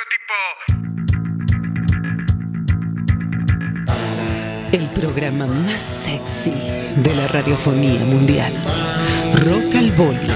El programa más sexy de la radiofonía mundial. Rock al Boli.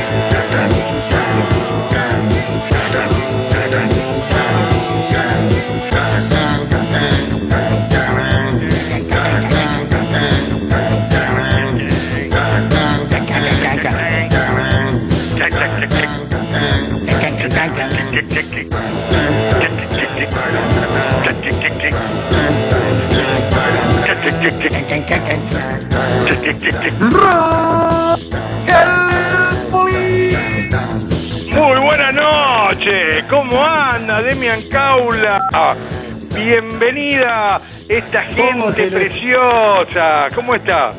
Muy buenas noches, ¿cómo anda Demian Caula? Bienvenida esta gente preciosa, ¿cómo está?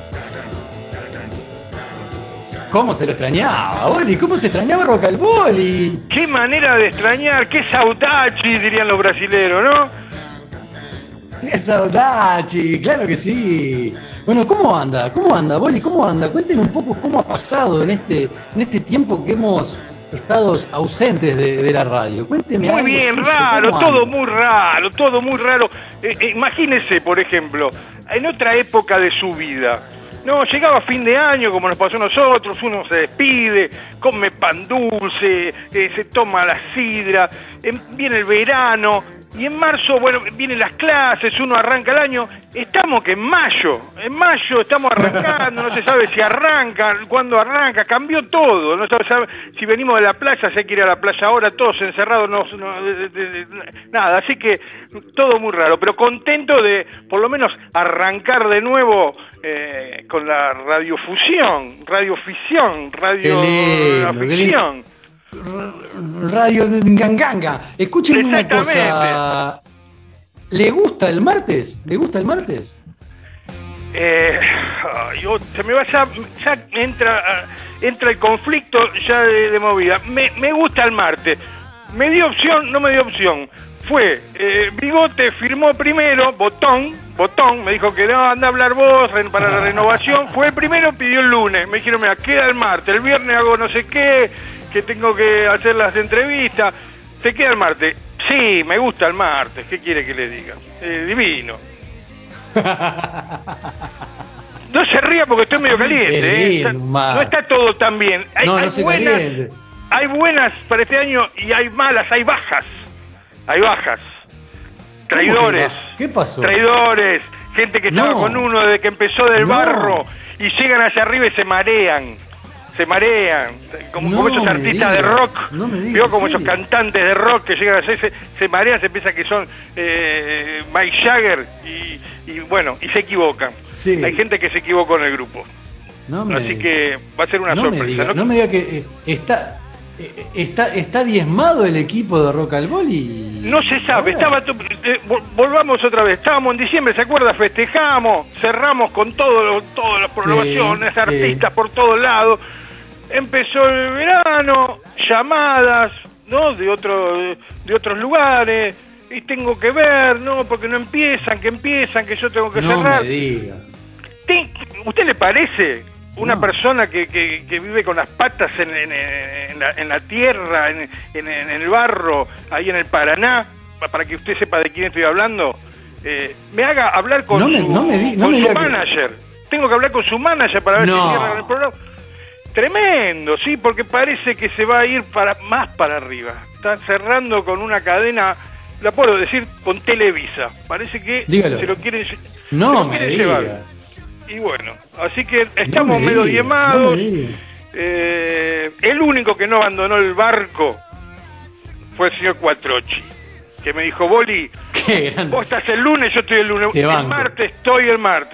¿Cómo se lo extrañaba, Boli? ¿Cómo se extrañaba Rock al Boli? Qué manera de extrañar, qué saudade dirían los brasileros, ¿no? ¡Qué saudade! ¡Claro que sí! Bueno, ¿cómo anda? ¿Cómo anda, Boli? ¿Cómo anda? Cuéntenme un poco cómo ha pasado en este tiempo que hemos estado ausentes de la radio. Cuénteme. Muy bien, suyo, raro, ¿cómo todo anda? muy raro, todo muy raro. Imagínese, por ejemplo, en otra época de su vida. No, llegaba fin de año, como nos pasó a nosotros, uno se despide, come pan dulce, se toma la sidra, viene el verano, y en marzo, bueno, vienen las clases, uno arranca el año, estamos que en mayo estamos arrancando, no se sabe si arranca, cuándo arranca, cambió todo, no se sabe si venimos de la playa, si hay que ir a la playa ahora, todos encerrados, nada, así que todo muy raro, pero contento de por lo menos arrancar de nuevo con la radiofusión, radioficción, radioficción. Radio de Ganganga. Escúchenme una cosa. ¿Le gusta el martes? ¿Le gusta el martes? Se me va ya entra el conflicto ya de movida. Me gusta el martes. Me dio opción, no me dio opción. Fue, Bigote firmó primero, Botón, me dijo que no, anda a hablar vos para la renovación. Fue el primero, pidió el lunes. Me dijeron, mira, queda el martes, el viernes hago no sé qué, que tengo que hacer las entrevistas. Te queda el martes. Sí, me gusta el martes, ¿qué quiere que le diga? Divino. No se ría porque estoy medio caliente, no está todo tan bien. Hay buenas para este año y hay malas, hay bajas. Hay bajas. Traidores. ¿Qué pasó? Traidores. Gente que estaba con uno desde que empezó del barro y llegan hacia arriba y se marean. Como esos artistas de rock. Veo como esos cantantes de rock que llegan a se marean, se piensa que son Mike Jagger y bueno, y se equivocan. Sí. Hay gente que se equivocó en el grupo. Así que va a ser una sorpresa. No me diga que está diezmado el equipo de Rock al Boli. No se sabe, volvamos otra vez, estábamos en diciembre, ¿se acuerda? Festejamos, cerramos con todas las programaciones, artistas por todos lados, empezó el verano, llamadas, ¿no? De otros lugares, y tengo que ver, ¿no? Porque no empiezan, que yo tengo que cerrar. No me diga. ¿Usted le parece una persona que vive con las patas en la tierra, en el barro, ahí en el Paraná, para que usted sepa de quién estoy hablando, me haga hablar con su manager? Tengo que hablar con su manager para ver si cierran el programa. Tremendo, sí, porque parece que se va a ir más para arriba. Está cerrando con una cadena, la puedo decir, con Televisa. Parece que se lo quieren llevar. Y bueno, así que estamos medio diezmados. El único que no abandonó el barco fue el señor Cuatrochi, que me dijo, Boli, vos estás el lunes, yo estoy el lunes. El martes estoy.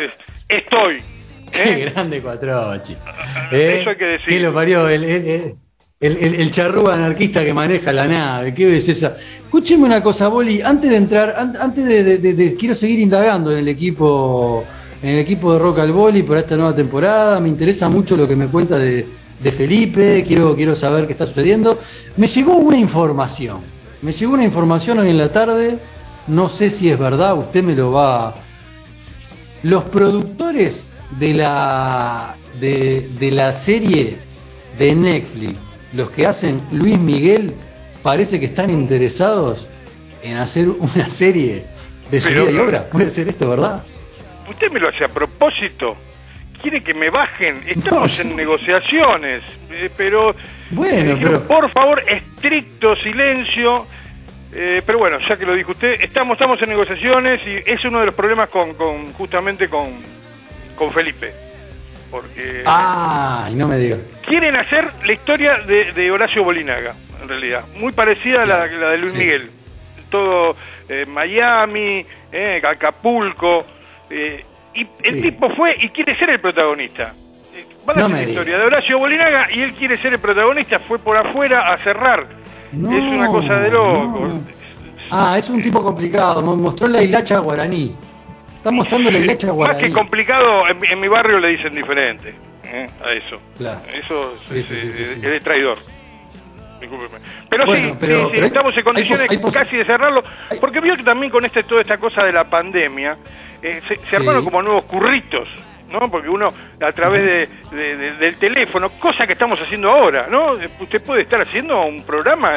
Qué grande Cuatrochi. Eso hay que decir. Que lo parió el charrúa anarquista que maneja la nave. ¿Qué ves esa? Escúcheme una cosa, Boli, antes de entrar, antes de quiero seguir indagando en el equipo de Rock al Boli para esta nueva temporada. Me interesa mucho lo que me cuenta de Felipe, quiero saber qué está sucediendo. Me llegó una información hoy en la tarde, no sé si es verdad, usted me lo va... Los productores de la serie de Netflix, los que hacen Luis Miguel, parece que están interesados en hacer una serie de su vida y obra. Puede ser esto, ¿verdad? Usted me lo hace a propósito. Quiere que me bajen. Estamos en negociaciones. Pero bueno, pero por favor, estricto silencio. Pero bueno, ya que lo dijo usted, estamos en negociaciones y es uno de los problemas justamente con Felipe. Porque no me diga. Quieren hacer la historia de Horacio Bolinaga, en realidad. Muy parecida a la de Luis Miguel. Todo Miami, Acapulco. Y el tipo fue y quiere ser el protagonista. Van a hacer la historia de Horacio Bolinaga y él quiere ser el protagonista. Fue por afuera a cerrar. Es una cosa de loco. Es un tipo complicado. Mostró la hilacha guaraní. Está mostrando la hilacha guaraní. Más que complicado, en mi barrio le dicen diferente a eso. Claro. Eso sí. es traidor. Discúlpeme. Pero bueno, sí, estamos en condiciones casi de cerrarlo. Porque vio que también con toda esta cosa de la pandemia se armaron como nuevos curritos, ¿no? Porque uno a través del teléfono, cosa que estamos haciendo ahora, ¿no? Usted puede estar haciendo un programa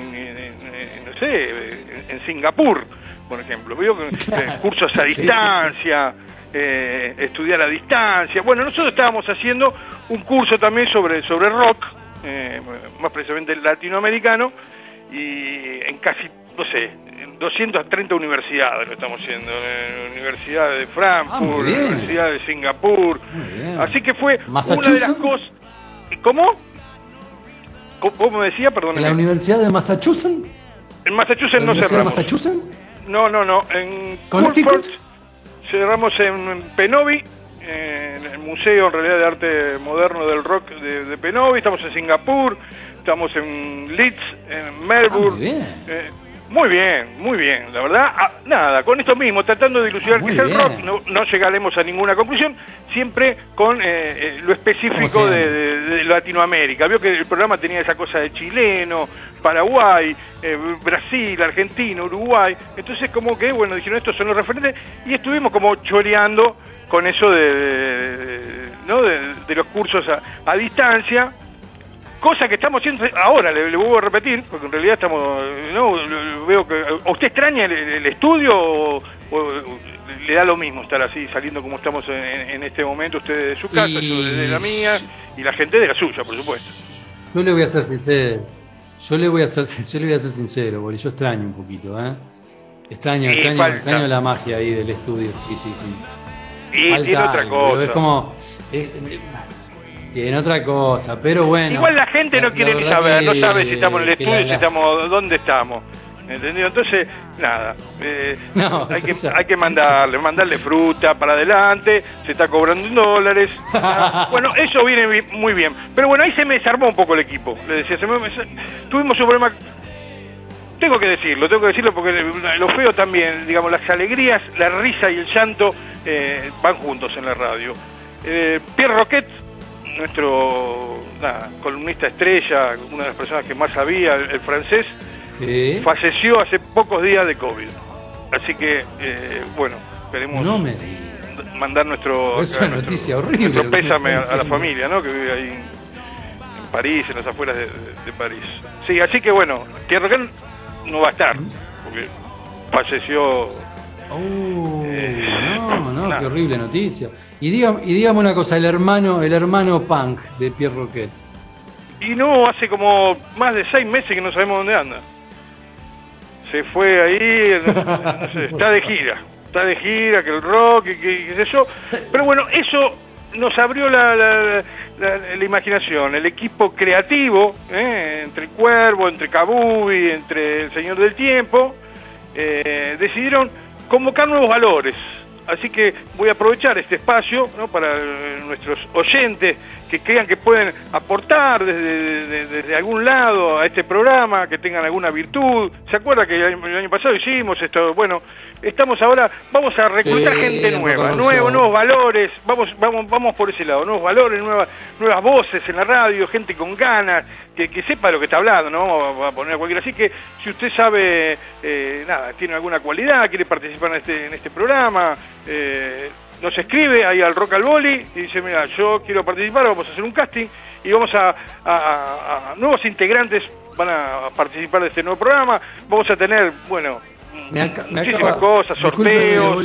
no sé, en Singapur, por ejemplo. Veo cursos a distancia, estudiar a distancia. Bueno, nosotros estábamos haciendo un curso también sobre rock, más precisamente latinoamericano, y en casi, no sé, 230 universidades lo estamos haciendo, Universidad de Frankfurt, Universidad de Singapur, así que fue una de las cosas. ¿Cómo? ¿Cómo me decía? Perdón. ¿En la Universidad de Massachusetts? En Massachusetts no cerramos. ¿En Massachusetts? No, en Connecticut cerramos en Penobi, en el Museo en realidad de Arte Moderno del Rock de Penobi. Estamos en Singapur, estamos en Leeds, en Melbourne. Muy bien, la verdad, nada, con esto mismo, tratando de dilucidar qué es el rock, no llegaremos a ninguna conclusión, siempre con lo específico de Latinoamérica. Vio que el programa tenía esa cosa de chileno, Paraguay, Brasil, Argentina, Uruguay, entonces como que, bueno, dijeron estos son los referentes, y estuvimos como choreando con eso de los cursos a distancia. Cosa que estamos haciendo ahora, le vuelvo a repetir, porque en realidad veo que... ¿Usted extraña el estudio o le da lo mismo estar así, saliendo como estamos en este momento, usted de su casa, yo de la mía, y la gente de la suya, por supuesto? Yo le voy a ser sincero, porque yo extraño un poquito, Extraño la magia ahí del estudio, sí. Y tiene otra cosa. Es como... Tiene otra cosa, pero bueno. Igual la gente no quiere ni saber, no sabe si estamos en el estudio, si estamos, dónde estamos. ¿Entendido? Entonces, nada. Hay que mandarle fruta para adelante, se está cobrando en dólares. Bueno, eso viene muy bien. Pero bueno, ahí se me desarmó un poco el equipo. Le decía, tuvimos un problema. Tengo que decirlo porque lo feo también, digamos, las alegrías, la risa y el llanto van juntos en la radio. Pierre Roquet, nuestro columnista estrella, una de las personas que más sabía, el francés, falleció hace pocos días de COVID. Así que, bueno, queremos mandar nuestro pésame a la familia, ¿no? Que vive ahí en París, en las afueras de París. Sí, así que bueno, Pierre Roquet no va a estar, porque falleció. Qué horrible noticia. Y dígame una cosa, el hermano punk de Pierre Roquet. Y no, hace como más de 6 meses que no sabemos dónde anda. Se fue ahí, no sé, está de gira, que el rock, que qué sé yo. Pero bueno, eso nos abrió la imaginación, el equipo creativo, entre el Cuervo, entre Kabubi, entre el Señor del Tiempo, decidieron convocar nuevos valores. Así que voy a aprovechar este espacio, ¿no?, para nuestros oyentes que crean que pueden aportar desde algún lado a este programa, que tengan alguna virtud. ¿Se acuerda que el año pasado hicimos esto? Bueno, estamos ahora, vamos a reclutar gente nueva, nuevos valores, vamos por ese lado, nuevos valores, nuevas voces en la radio, gente con ganas, que sepa lo que está hablando, no vamos a poner a cualquiera. Así que si usted sabe, tiene alguna cualidad, quiere participar en este programa, nos escribe ahí al Rock al Boli y dice, mira, yo quiero participar, vamos a hacer un casting y vamos a nuevos integrantes van a participar de este nuevo programa. Vamos a tener, bueno, muchísimas cosas, sorteos.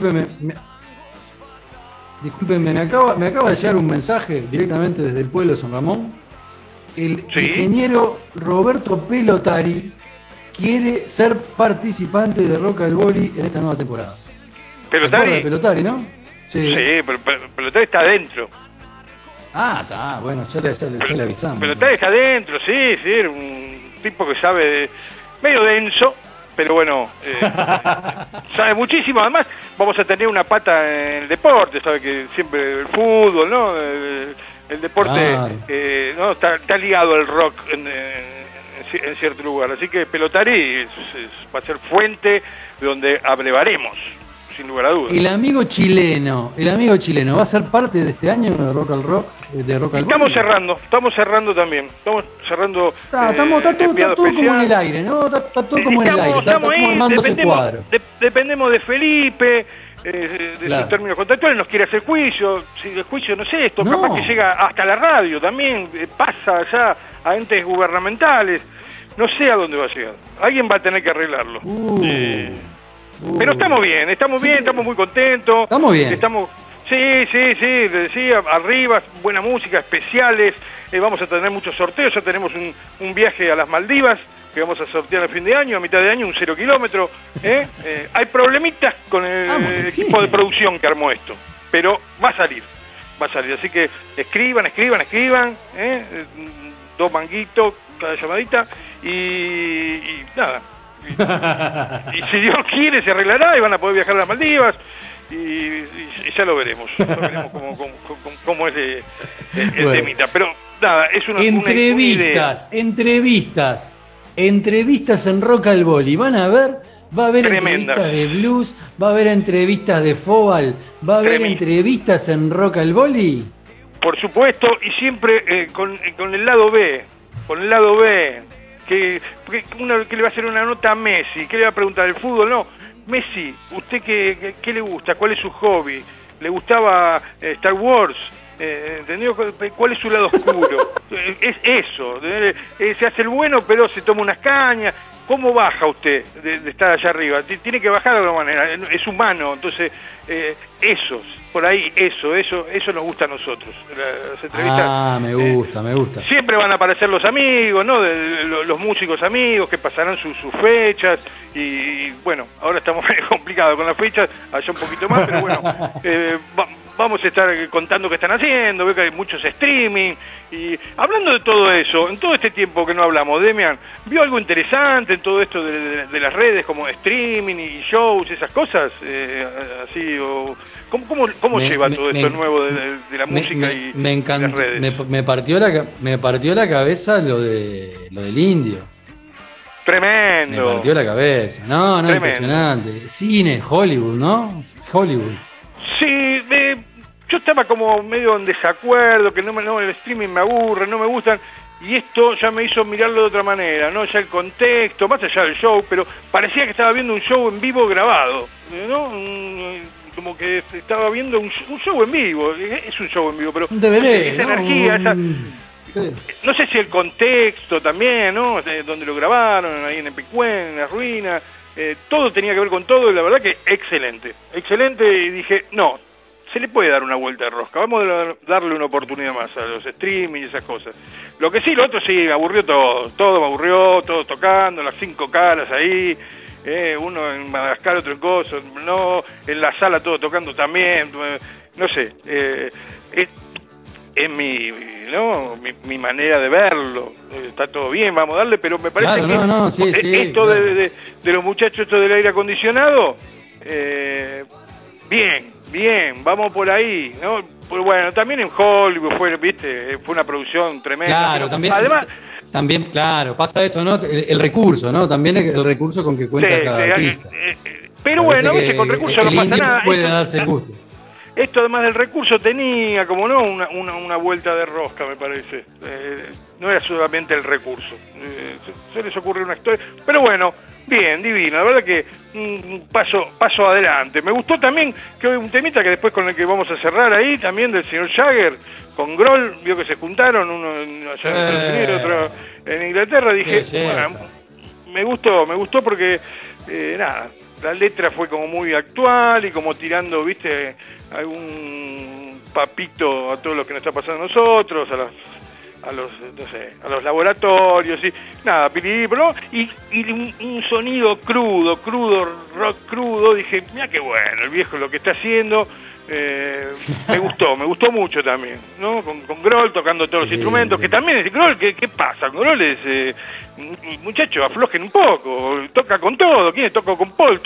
Discúlpeme, me acaba de llegar un mensaje directamente desde el pueblo de San Ramón. El ingeniero Roberto Pelotari quiere ser participante de Rock al Boli en esta nueva temporada. Pelotari, ¿no? Sí, pero Pelotari está adentro. Ah, está, bueno, ya le avisamos. Pelotari está adentro, sí, era un tipo que sabe, medio denso, pero bueno, sabe muchísimo. Además, vamos a tener una pata en el deporte, sabe que siempre el fútbol, ¿no? El deporte ¿no? está ligado al rock en cierto lugar. Así que Pelotari va a ser fuente de donde abrevaremos, sin lugar a dudas. El amigo chileno, ¿va a ser parte de este año de Rock al Rock? De Rock al Estamos cerrando también. Estamos cerrando. Está todo como en el aire, ¿no? Está todo como en el aire. Estamos ahí, armándose el cuadro. Dependemos de Felipe, de sus términos contractuales. Nos quiere hacer juicio. Si el juicio, no sé, esto capaz que llega hasta la radio también. Pasa ya a entes gubernamentales. No sé a dónde va a llegar. Alguien va a tener que arreglarlo. Pero estamos bien, estamos muy contentos. Estamos bien. Sí, arriba, buena música, especiales. Vamos a tener muchos sorteos. Ya tenemos un viaje a las Maldivas que vamos a sortear a fin de año, a mitad de año, un 0 kilómetro. Hay problemitas con el equipo de producción que armó esto, pero va a salir. Así que escriban. 2 manguitos cada llamadita y nada. Y si Dios quiere se arreglará y van a poder viajar a las Maldivas y ya lo veremos cómo es el temita, pero nada, es una entrevistas en Rock al Boli. Va a haber entrevistas de blues, va a haber entrevistas de Fobal, va a haber entrevistas en Rock al Boli. Por supuesto, y siempre con el lado B, que le va a hacer una nota a Messi, que le va a preguntar el fútbol, no, Messi, ¿usted qué le gusta? ¿Cuál es su hobby? ¿Le gustaba Star Wars? ¿Entendió? ¿Cuál es su lado oscuro? Es eso, se hace el bueno pero se toma unas cañas. ¿Cómo baja usted de estar allá arriba? Tiene que bajar de alguna manera, es humano, entonces por ahí eso nos gusta a nosotros. Las entrevistas, me gusta. Siempre van a aparecer los amigos, ¿no? Los músicos amigos que pasarán sus fechas y bueno, ahora estamos medio complicados con las fechas, allá un poquito más, pero bueno, vamos a estar contando qué están haciendo, veo que hay muchos streaming y hablando de todo eso, en todo este tiempo que no hablamos, Demian, ¿vio algo interesante en todo esto de las redes como streaming y shows, esas cosas? Así, o ¿cómo lleva todo esto nuevo de la música y las redes? Me partió la cabeza lo del indio. Tremendo. Me partió la cabeza. No, tremendo. Impresionante. Cine, Hollywood, ¿no? Hollywood. Sí, yo estaba como medio en desacuerdo, que no el streaming me aburre, no me gustan, y esto ya me hizo mirarlo de otra manera, ¿no? Ya el contexto, más allá del show, pero parecía que estaba viendo un show en vivo grabado, ¿no? Como que estaba viendo un show en vivo, es un show en vivo, pero un DVD, esa energía, no sé si el contexto también, ¿no? Donde lo grabaron, ahí en Epecuén, en la ruina, todo tenía que ver con todo, y la verdad que excelente, y dije, no, se le puede dar una vuelta de rosca, vamos a darle una oportunidad más a los streaming y esas cosas. Lo que sí, lo otro sí, me aburrió todo me aburrió, todos tocando, las 5 caras ahí, uno en Madagascar, otro en Coso, no, en la sala todo tocando también, no sé, es mi manera de verlo, está todo bien, vamos a darle, pero me parece esto de los muchachos, esto del aire acondicionado, bien, vamos por ahí, ¿no? Pues bueno, también en Hollywood fue una producción tremenda. Claro, también. Además, también, claro, pasa eso, ¿no? El recurso, ¿no? También el recurso con que cuenta cada artista. Pero bueno, a veces con recursos no pasa nada. Puede darse el gusto. Esto además del recurso tenía, como no, una vuelta de rosca, me parece. No era solamente el recurso. Se les ocurre una historia. Pero bueno, bien, divino. La verdad que un paso adelante. Me gustó también que hoy un temita que después con el que vamos a cerrar ahí, también del señor Jagger, con Grohl, vio que se juntaron, uno allá en Estados Unidos, otro en Inglaterra. Dije, bueno, me gustó porque, nada, la letra fue como muy actual y como tirando, viste, algún papito a todo lo que nos está pasando a nosotros, a los laboratorios y nada, pero y un sonido crudo, rock crudo. Dije, mira qué bueno, el viejo lo que está haciendo. Me gustó mucho también, ¿no? Con Grohl tocando todos los instrumentos, que también es Grohl, ¿qué pasa? Grohl es, muchachos, aflojen un poco, toca con todo. ¿Quién toco con Paul?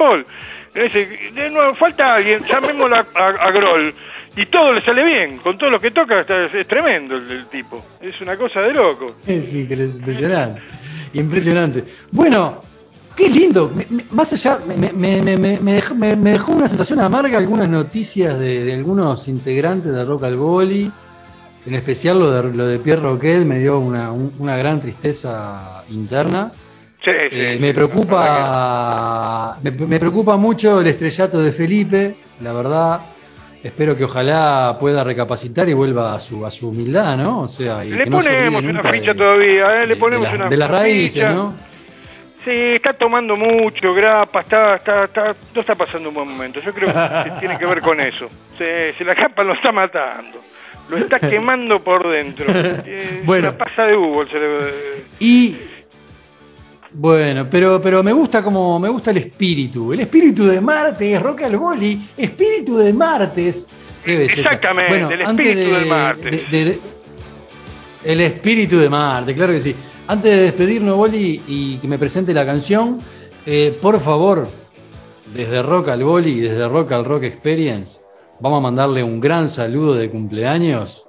De nuevo, falta alguien, llamémoslo a Grohl. Y todo le sale bien, con todo lo que toca es tremendo el tipo, es una cosa de loco. Sí, que es impresionante. Bueno, qué lindo, más allá, me dejó una sensación amarga algunas noticias de algunos integrantes de Rock al Boli, en especial lo de Pierre Roquet me dio una gran tristeza interna. Sí, me preocupa mucho el estrellato de Felipe, la verdad. Espero que ojalá pueda recapacitar y vuelva a su humildad, ¿no? O sea, y le que no se ponemos olvide una nunca ficha todavía, le ponemos una de las raíces, ¿no? Sí, está tomando mucho grapa, no está pasando un buen momento. Yo creo que tiene que ver con eso. Si la grapa lo está matando, lo está quemando por dentro. Bueno, una pasa de Hugo el cerebro. Y bueno, pero me gusta el espíritu de martes, Rock al Boli, espíritu de martes. ¿Qué ves? Exactamente, bueno, el espíritu del martes. El espíritu de Marte, claro que sí. Antes de despedirnos, Boli, y que me presente la canción, por favor, desde Rock al Boli y desde Rock al Rock Experience, vamos a mandarle un gran saludo de cumpleaños.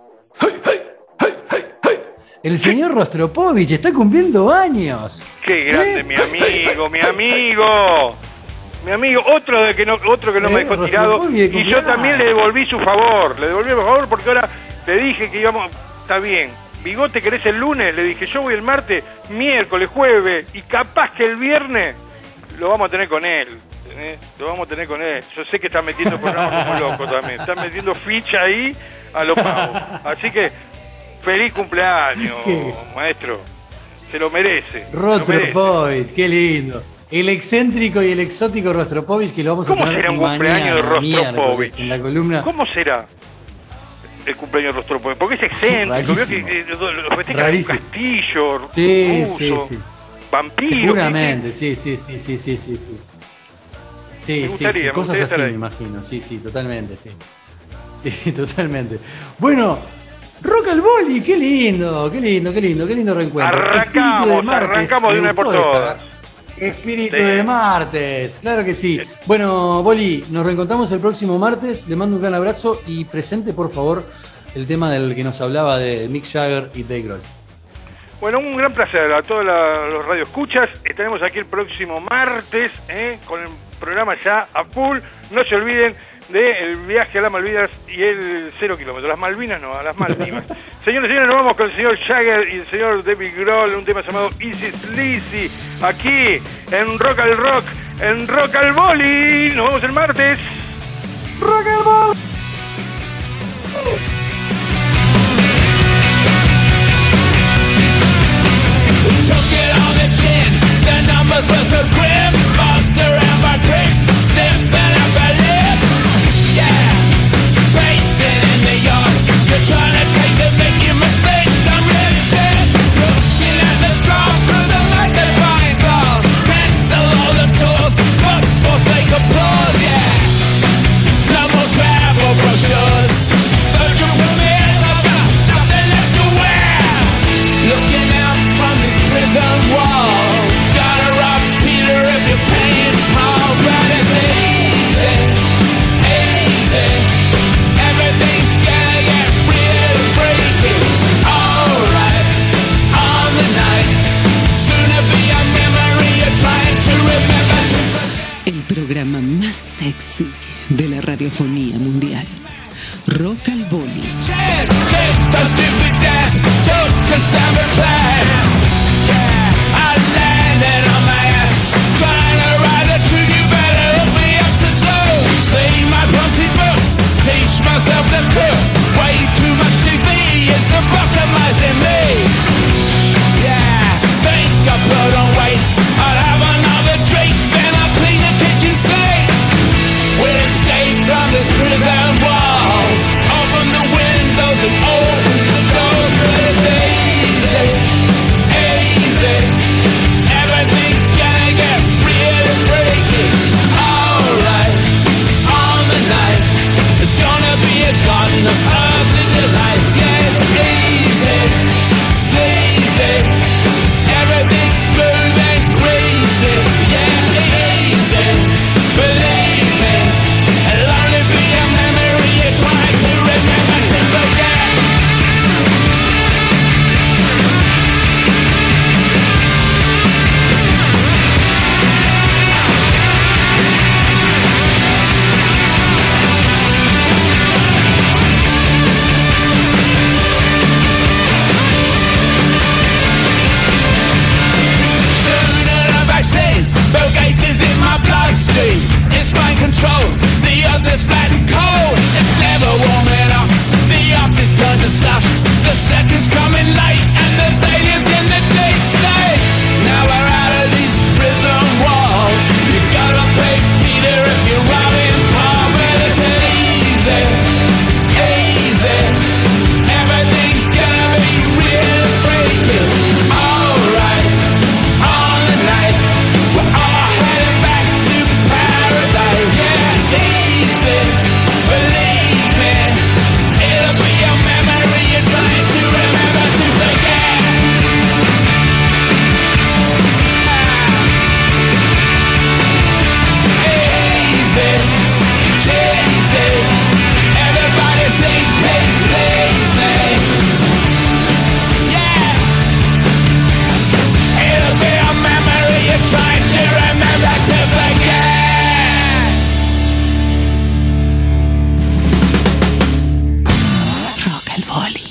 El señor Rostropovich está cumpliendo años. Qué grande, mi amigo. Otro que no me dejó tirado. Y yo también le devolví su favor. Porque ahora le dije que íbamos. Está bien. Bigote, ¿querés el lunes? Le dije, yo voy el martes, miércoles, jueves. Y capaz que el viernes lo vamos a tener con él. Yo sé que está metiendo programas como loco también. Está metiendo ficha ahí a los pavos. Así que. Feliz cumpleaños, maestro. Se lo merece. Rostropovich, qué lindo. El excéntrico y el exótico Rostropovich, que lo vamos a tener será un cumpleaños de Rostropovich? En la columna. ¿Cómo será el cumpleaños de Rostropovich? Porque es excéntrico. Veo que lo festeja en un castillo ruso, sí. Vampiro. Seguramente, sí. Sí, cosas así me imagino. Sí, totalmente, sí. Totalmente. Bueno, Rock al Boli, qué lindo reencuentro. Arrancamos de una por todas. Espíritu de martes, claro que sí. Bueno, Boli, nos reencontramos el próximo martes. Le mando un gran abrazo y presente, por favor, el tema del que nos hablaba de Mick Jagger y Dave Grohl. Bueno, un gran placer a todos los radioescuchas. Estaremos aquí el próximo martes con el programa ya a full. No se olviden del viaje a las Malvinas y el 0 kilómetros. Las Malvinas no, a las Maldivas. Señores y señores, nos vamos con el señor Jagger y el señor David Grohl, un tema llamado Easy Sleazy, aquí en Rock al Rock, en Rock al Boli. Nos vemos el martes. Rock al Boli. Were so grim, lost around my bricks, sniffing up my lips. Yeah, racing in the yard. You're trying to take the making mistakes. I'm really dead. Looking at the grass through the magnifying glass. Cancel all the tours, but force fake applause. Yeah, no more travel brochures. Searching for mirrors, I've got nothing left to wear. Looking out from these prison walls. If you're paying all right, it's easy, everything's gonna get real freaky. Alright, on the night, sooner be a memory you're trying to remember to forget. El programa más sexy de la radiofonía mundial, Rock al Boli. Chip, the stupid desk, took the summer class. Yeah, I landed on my ass. Trying to write a truth, you better hook me up to soul. See my pussy books, teach myself to cook. Way too much TV is lobotomizing me. Yeah, think I put on weight. el boli.